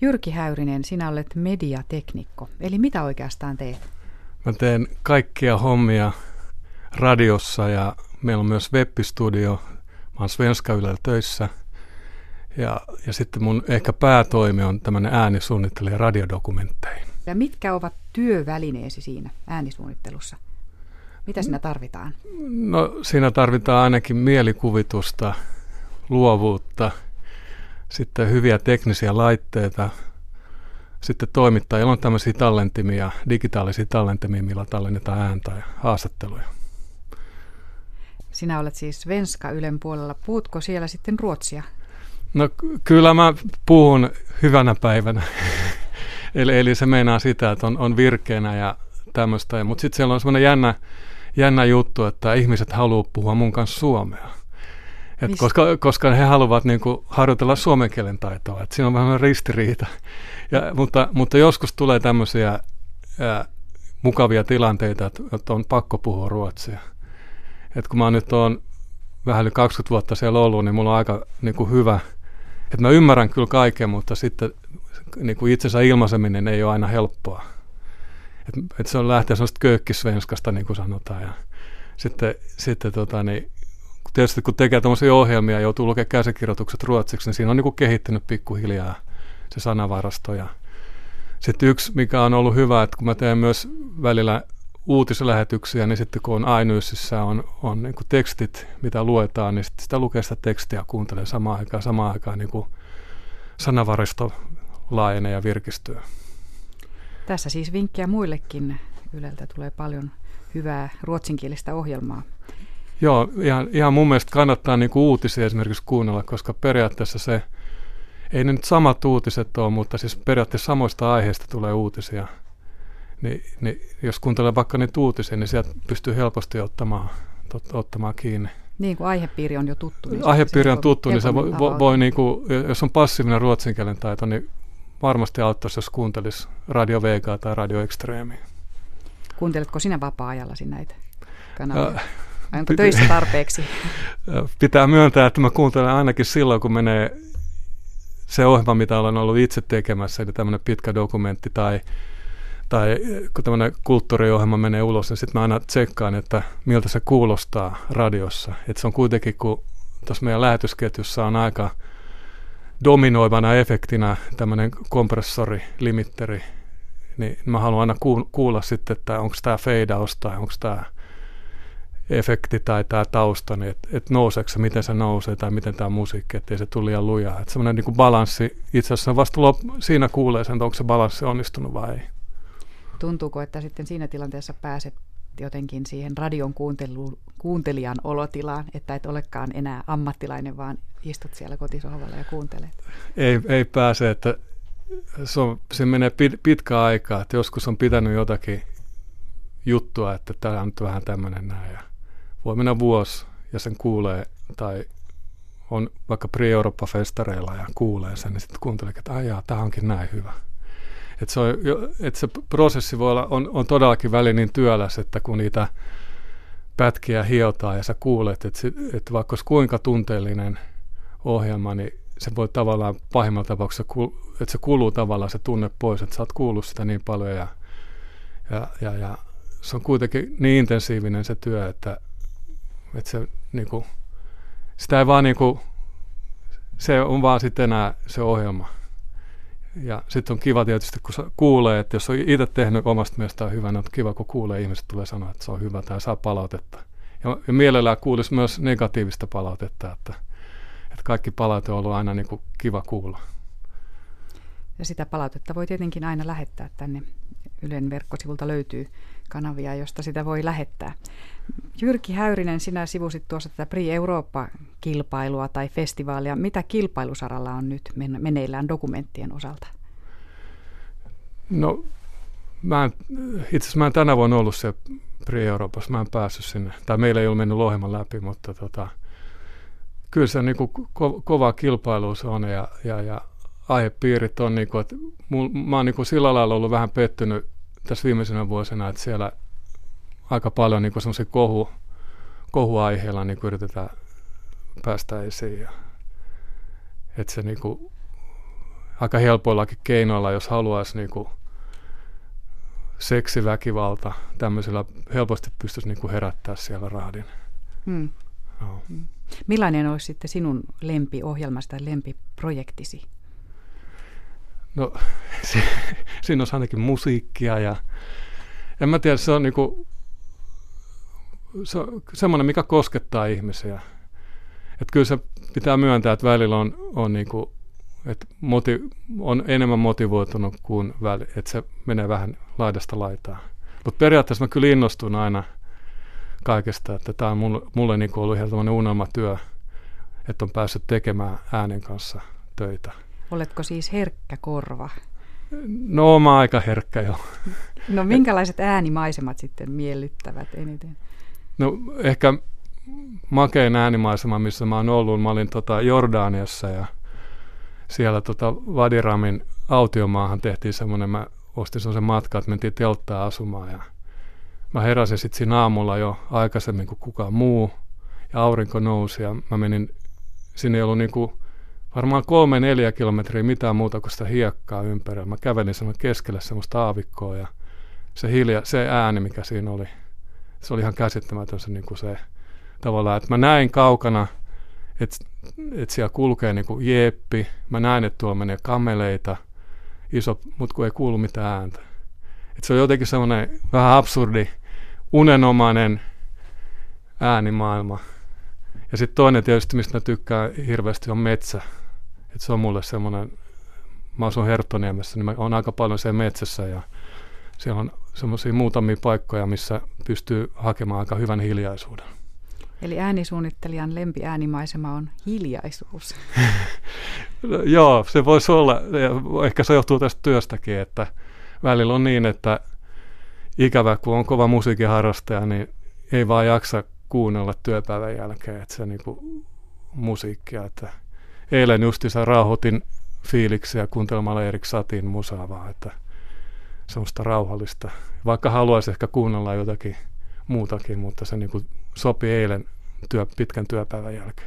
Jyrki Häyrinen, sinä olet mediateknikko. Eli mitä oikeastaan teet? Mä teen kaikkia hommia radiossa ja meillä on myös web-studio. Mä oon Svenska Ylellä töissä. Ja sitten mun ehkä päätoimi on tämmöinen äänisuunnittelija radiodokumentteihin. Ja mitkä ovat työvälineesi siinä äänisuunnittelussa? Mitä siinä tarvitaan? No siinä tarvitaan ainakin mielikuvitusta, luovuutta, sitten hyviä teknisiä laitteita. Sitten toimittajilla on tämmöisiä tallentimia, digitaalisia tallentimia, millä tallennetaan ääntä ja haastatteluja. Sinä olet siis Svenska Ylen puolella. Puhutko siellä sitten ruotsia? No kyllä mä puhun hyvänä päivänä. eli se meinaa sitä, että on virkeänä ja tämmöistä. Mutta sitten siellä on semmoinen jännä juttu, että ihmiset haluaa puhua mun kanssa suomea. Koska he haluavat niinku harjoitella suomen kielen taitoa. Et siinä on vähän ristiriita. Mutta joskus tulee tämmöisiä mukavia tilanteita, että on pakko puhua ruotsia. Et kun mä nyt oon vähän yli 20 vuotta siellä ollut, niin mulla on aika niinku hyvä, että mä ymmärrän kyllä kaiken, mutta sitten niinku itsensä ilmaiseminen ei ole aina helppoa. Et se on lähteä sellaista köökkisvenskasta, niin kuin sanotaan. Ja sitten tietysti kun tekee tämmöisiä ohjelmia ja joutuu lukemaan käsikirjoitukset ruotsiksi, niin siinä on niinku kehittynyt pikkuhiljaa se sanavarasto. Ja sitten yksi, mikä on ollut hyvä, että kun mä teen myös välillä uutislähetyksiä, niin sitten kun on iNewsissa on niin kuin tekstit, mitä luetaan, niin sitten sitä lukee sitä tekstiä ja kuuntelee samaan aikaan niin kuin sanavarasto laajenee ja virkistyy. Tässä siis vinkkiä muillekin. Yleltä tulee paljon hyvää ruotsinkielistä ohjelmaa. Joo, ihan mun mielestä kannattaa niin kuin uutisia esimerkiksi kuunnella, koska periaatteessa se, ei ne nyt samat uutiset ole, mutta siis periaatteessa samoista aiheista tulee uutisia. Niin jos kuuntelee vaikka niitä uutisia, niin sieltä pystyy helposti ottamaan kiinni. Niin kuin aihepiiri on jo tuttu. Niin aihepiiri on tuttu, niin se voi niinku, jos on passiivinen ruotsinkielen taito, niin varmasti auttaisi, jos kuuntelisi Radio Vegaa tai Radio Extremea. Kuunteletko sinä vapaa-ajallasi näitä kanavia? Vai onko töissä tarpeeksi? Pitää myöntää, että mä kuuntelen ainakin silloin, kun menee se ohjelma, mitä olen ollut itse tekemässä, eli tämmöinen pitkä dokumentti tai kun tämmöinen kulttuuriohjelma menee ulos, niin sitten mä aina tsekkaan, että miltä se kuulostaa radiossa. Että se on kuitenkin, kun tuossa meidän lähetysketjussa on aika dominoivana efektinä tämmöinen kompressori, limitteri, niin mä haluan aina kuulla sitten, että onko tämä fade-aus tai onko tämä efekti tai tämä tausta, niin että nouseeko se, miten se nousee tai miten tämä musiikki, ettei se tule liian lujaa. Että semmoinen niin kuin balanssi, itse asiassa vasta siinä kuulee sen, että onko se balanssi onnistunut vai ei. Tuntuuko, että sitten siinä tilanteessa pääset jotenkin siihen radion kuuntelijan olotilaan, että et olekaan enää ammattilainen, vaan istut siellä kotisohvalla ja kuuntelet? Ei pääse, että se menee pitkä aikaa, että joskus on pitänyt jotakin juttua, että tämä on nyt vähän tämmöinen näin. Ja voi mennä vuosi ja sen kuulee, tai on vaikka Pre-Eurooppa-festareilla ja kuulee sen, niin sitten kuuntelee, että ajaa, tämä onkin näin hyvä. Että se prosessi voi olla, on todellakin väliin niin työläs, että kun niitä pätkiä hiotaan ja sä kuulet, että vaikka olisi kuinka tunteellinen ohjelma, niin se voi tavallaan pahimmalla tapauksessa, että se kuluu tavallaan se tunne pois, että sä oot kuullut sitä niin paljon ja se on kuitenkin niin intensiivinen se työ, että se niinku, sitä ei vaan niinku, se on vaan sitten enää se ohjelma. Ja sitten on kiva tietysti, kun kuulee, että jos on itse tehnyt omasta mielestään hyvän, on kiva, kun kuulee, ihmiset tulee sanoa, että se on hyvä tai saa palautetta. Ja mielellään kuulisi myös negatiivista palautetta, että kaikki palaute on ollut aina niin kuin kiva kuulla. Ja sitä palautetta voi tietenkin aina lähettää tänne. Ylen verkkosivulta löytyy kanavia, josta sitä voi lähettää. Jyrki Häyrinen, sinä sivusit tuossa tätä Pre-Eurooppa-kilpailua tai festivaalia. Mitä kilpailusaralla on nyt meneillään dokumenttien osalta? No, itse asiassa mä en tänä vuonna ollut se Pre-Euroopassa. Mä en päässyt sinne. Tai meillä ei ole mennyt ohjelman läpi, mutta kyllä se niin kuin kova kilpailu se on ja aihepiirit on, niin kuin, että mä oon niin kuin sillä lailla ollut vähän pettynyt tässä viimeisenä vuosina, että siellä aika paljon niin semmoisia kohuaiheilla niin yritetään päästä esiin. Ja, että se niin kuin, aika helpoillakin keinoilla, jos haluaisi niin kuin seksiväkivalta, tämmöisellä helposti pystyisi niin kuin herättää siellä rahdin. No. Millainen olisi sitten sinun lempiohjelmasi tai lempiprojektisi? No, siinä olisi ainakin musiikkia ja en mä tiedä, se on niinku, se on semmoinen, mikä koskettaa ihmisiä. Että kyllä se pitää myöntää, että välillä on niinku, että on enemmän motivoitunut kuin että se menee vähän laidasta laitaan. Mutta periaatteessa mä kyllä innostun aina kaikesta, että tämä on mulle niinku ollut ihan tämmöinen unelmatyö, että on päässyt tekemään äänen kanssa töitä. Oletko siis herkkä korva? No, mä oon aika herkkä jo. No, minkälaiset äänimaisemat sitten miellyttävät eniten? No, ehkä makein äänimaisema, missä mä oon ollut. Mä olin Jordaniassa ja siellä Vadiramin autiomaahan tehtiin semmoinen, mä ostin semmoisen matkan, että mentiin telttaan asumaan ja mä heräsin sitten siinä aamulla jo aikaisemmin kuin kukaan muu ja aurinko nousi ja mä menin, sinne ei ollut niinku varmaan 3-4 kilometriä mitään muuta kuin sitä hiekkaa ympärillä. Mä kävelin semmoinen keskelle semmoista aavikkoa ja se ääni, mikä siinä oli, se oli ihan käsittämätön se, niin kuin se tavallaan, että mä näin kaukana, että siellä kulkee niin kuin jeppi. Mä näin, että tuolla menee kameleita, mutta kun ei kuulu mitään ääntä. Et se on jotenkin semmoinen vähän absurdi, unenomainen äänimaailma. Ja sitten toinen tietysti, mistä mä tykkään hirveästi, on metsä. Et se on mulle semmoinen, mä asun Herttoniemessä, niin mä oon aika paljon siellä metsässä ja siellä on semmoisia muutamia paikkoja, missä pystyy hakemaan aika hyvän hiljaisuuden. Eli äänisuunnittelijan lempiäänimaisema on hiljaisuus. Joo, se voisi olla, ehkä se johtuu tästä työstäkin, että välillä on niin, että ikävä, kun on kova musiikin harrastaja, niin ei vaan jaksa kuunnella työpäivän jälkeen, että se niinku musiikkia, että eilen justiinsa rauhoitin fiiliksiä kuuntelemalla Erik Satin musaa vaan, että semmoista rauhallista. Vaikka haluaisi ehkä kuunnella jotakin muutakin, mutta se niinku sopi eilen pitkän työpäivän jälkeen.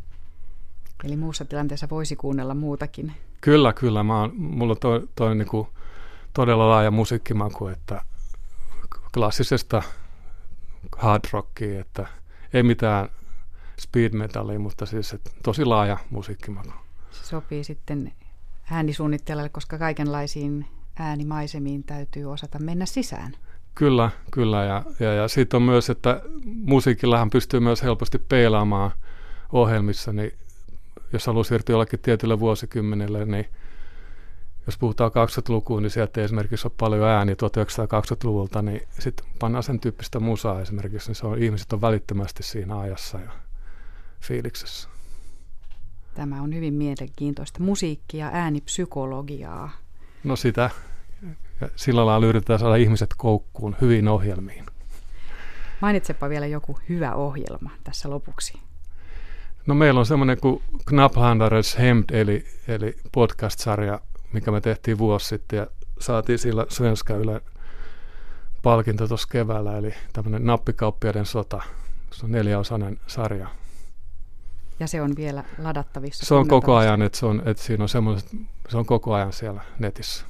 Eli muussa tilanteessa voisi kuunnella muutakin. Kyllä. Mulla on toi niinku todella laaja musiikkimaku, että klassisesta hard rockia, että ei mitään speed metallia, mutta siis tosi laaja musiikkimaku. Se sopii sitten äänisuunnittelijalle, koska kaikenlaisiin äänimaisemiin täytyy osata mennä sisään. Kyllä. Ja siitä on myös, että musiikillahan pystyy myös helposti peilaamaan ohjelmissa, niin jos haluaa siirtyä jollekin tietylle vuosikymmenelle, niin jos puhutaan 2000-lukuun, niin sieltä ei esimerkiksi ole paljon ääniä 1920-luvulta, niin sitten pannaan sen tyyppistä musaa esimerkiksi, niin ihmiset on välittömästi siinä ajassa ja fiiliksessä. Tämä on hyvin mielenkiintoista. Musiikkia, äänipsykologiaa. No sitä. Ja sillä lailla yritetään saada ihmiset koukkuun hyviin ohjelmiin. Mainitsepa vielä joku hyvä ohjelma tässä lopuksi. No meillä on semmoinen kuin Knapphandlares Hemd, eli podcast-sarja, mikä me tehtiin vuosi sitten ja saatiin sillä Svenska Ylen palkinto tuossa keväällä, eli tämmöinen Nappikauppiaiden sota. Se on 4-osainen sarja. Ja se on vielä ladattavissa? Se on koko ajan, että siinä on semmoiset, se on koko ajan siellä netissä.